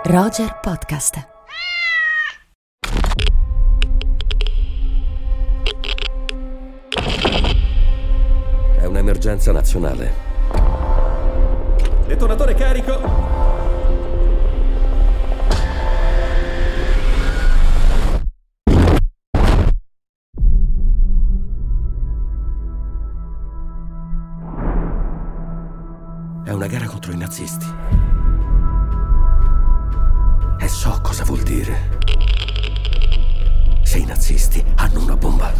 Roger Podcast. È un'emergenza nazionale. Detonatore carico. È una gara contro i nazisti. E so cosa vuol dire. Se i nazisti hanno una bomba.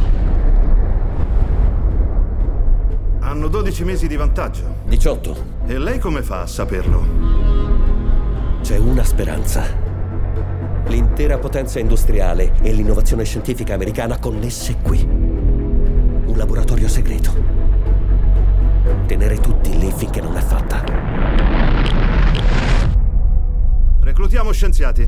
Hanno 12 mesi di vantaggio. 18. E lei come fa a saperlo? C'è una speranza. L'intera potenza industriale e l'innovazione scientifica americana connesse qui. Un laboratorio segreto. Tenere tutti lì finché non è fatta. Reclutiamo scienziati.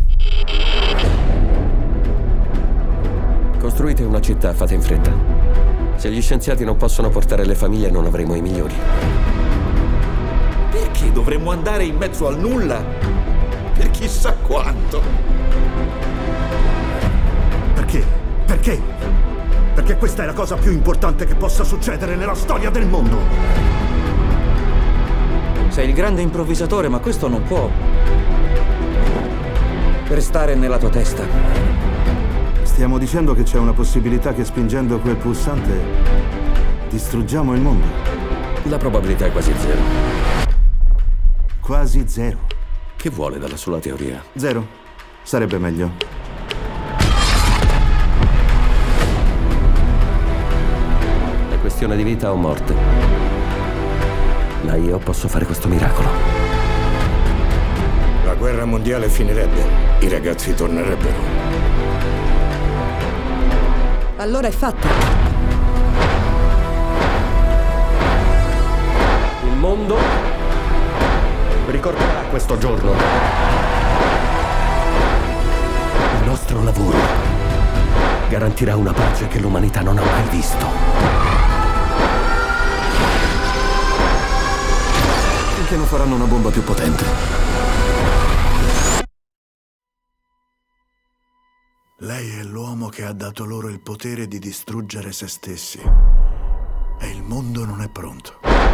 Costruite una città, fate in fretta. Se gli scienziati non possono portare le famiglie, non avremo i migliori. Perché dovremmo andare in mezzo al nulla? Per chissà quanto. Perché? Perché? Perché questa è la cosa più importante che possa succedere nella storia del mondo. Sei il grande improvvisatore, ma questo non può restare nella tua testa. Stiamo dicendo che c'è una possibilità che spingendo quel pulsante distruggiamo il mondo. La probabilità è quasi zero. Quasi zero. Che vuole dalla sua teoria? Zero. Sarebbe meglio. È questione di vita o morte. Ma io posso fare questo miracolo. La guerra mondiale finirebbe. I ragazzi tornerebbero. Allora è fatta. Il mondo ricorderà questo giorno. Il nostro lavoro garantirà una pace che l'umanità non ha mai visto. Finché non faranno una bomba più potente. Lei è l'uomo che ha dato loro il potere di distruggere se stessi. E il mondo non è pronto.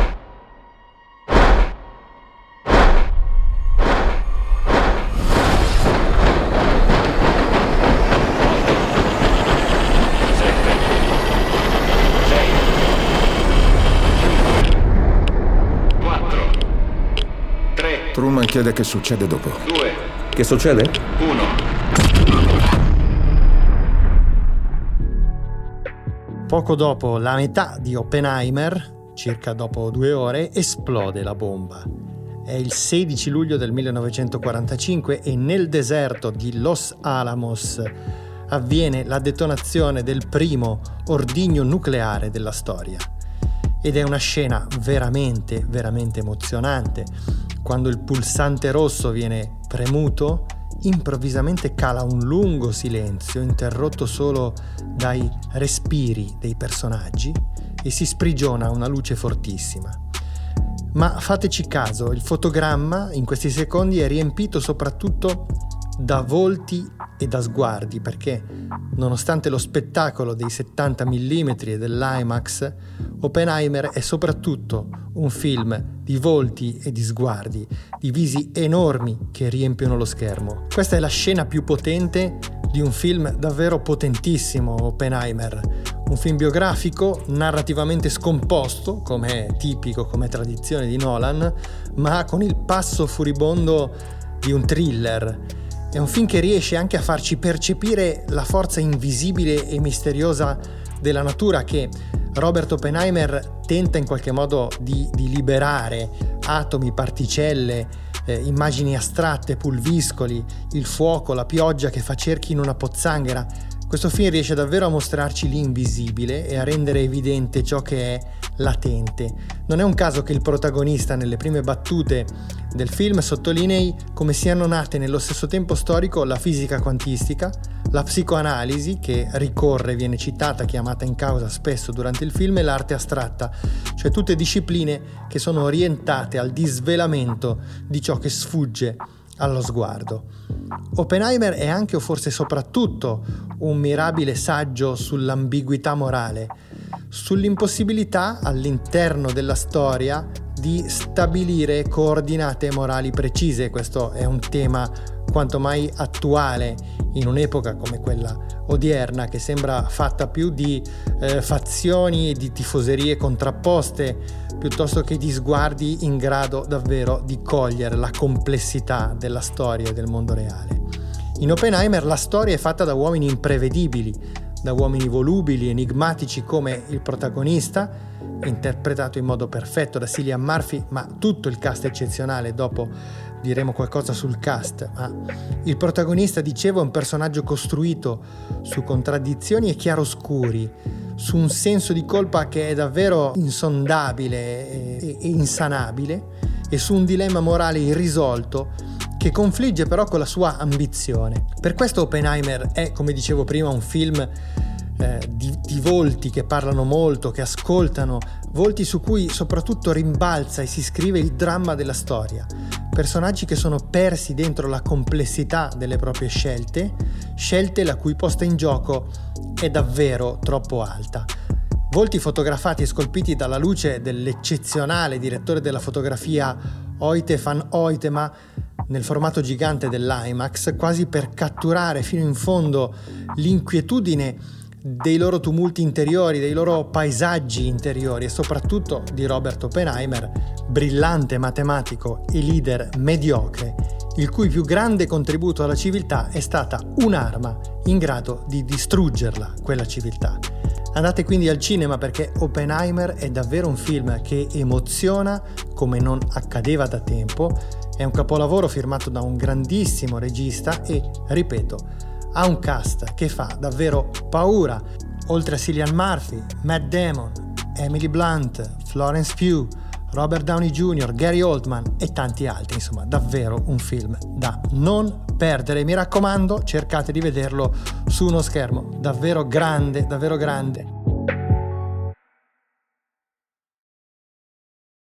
Truman chiede che succede dopo. 2. Che succede? 1. Poco dopo la metà di Oppenheimer, circa dopo 2 ore, esplode la bomba. È il 16 luglio del 1945 e nel deserto di Los Alamos avviene la detonazione del primo ordigno nucleare della storia. Ed è una scena veramente, veramente emozionante. Quando il pulsante rosso viene premuto, improvvisamente cala un lungo silenzio interrotto solo dai respiri dei personaggi e si sprigiona una luce fortissima. Ma fateci caso, il fotogramma in questi secondi è riempito soprattutto da volti e da sguardi, perché nonostante lo spettacolo dei 70 mm e dell'IMAX, Oppenheimer è soprattutto un film di volti e di sguardi, di visi enormi che riempiono lo schermo. Questa è la scena più potente di un film davvero potentissimo, Oppenheimer. Un film biografico, narrativamente scomposto, come è tipico, come è tradizione di Nolan, ma con il passo furibondo di un thriller. È un film che riesce anche a farci percepire la forza invisibile e misteriosa della natura che Robert Oppenheimer tenta in qualche modo di liberare: atomi, particelle, immagini astratte, pulviscoli, il fuoco, la pioggia che fa cerchi in una pozzanghera. Questo film riesce davvero a mostrarci l'invisibile e a rendere evidente ciò che è latente. Non è un caso che il protagonista nelle prime battute del film sottolinei come siano nate nello stesso tempo storico la fisica quantistica, la psicoanalisi, che viene citata, chiamata in causa spesso durante il film, e l'arte astratta, cioè tutte discipline che sono orientate al disvelamento di ciò che sfugge allo sguardo. Oppenheimer è anche o forse soprattutto un mirabile saggio sull'ambiguità morale, sull'impossibilità all'interno della storia di stabilire coordinate morali precise. Questo è un tema quanto mai attuale in un'epoca come quella odierna, che sembra fatta più di fazioni e di tifoserie contrapposte piuttosto che di sguardi in grado davvero di cogliere la complessità della storia e del mondo reale. In Oppenheimer la storia è fatta da uomini imprevedibili, da uomini volubili, enigmatici come il protagonista, interpretato in modo perfetto da Cillian Murphy, ma tutto il cast eccezionale. Dopo diremo qualcosa sul cast, ma il protagonista, dicevo, è un personaggio costruito su contraddizioni e chiaroscuri, su un senso di colpa che è davvero insondabile e insanabile, e su un dilemma morale irrisolto che confligge però con la sua ambizione. Per questo Oppenheimer è, come dicevo prima, un film di volti che parlano molto, che ascoltano, volti su cui soprattutto rimbalza e si scrive il dramma della storia. Personaggi che sono persi dentro la complessità delle proprie scelte la cui posta in gioco è davvero troppo alta. Volti fotografati e scolpiti dalla luce dell'eccezionale direttore della fotografia Hoyte van Hoytema nel formato gigante dell'IMAX, quasi per catturare fino in fondo l'inquietudine dei loro tumulti interiori, dei loro paesaggi interiori, e soprattutto di Robert Oppenheimer, brillante matematico e leader mediocre, il cui più grande contributo alla civiltà è stata un'arma in grado di distruggerla, quella civiltà. Andate quindi al cinema, perché Oppenheimer è davvero un film che emoziona come non accadeva da tempo, è un capolavoro firmato da un grandissimo regista e, ripeto, ha un cast che fa davvero paura. Oltre a Cillian Murphy, Matt Damon, Emily Blunt, Florence Pugh, Robert Downey Jr., Gary Oldman e tanti altri. Insomma, davvero un film da non perdere. Mi raccomando, cercate di vederlo su uno schermo davvero grande, davvero grande.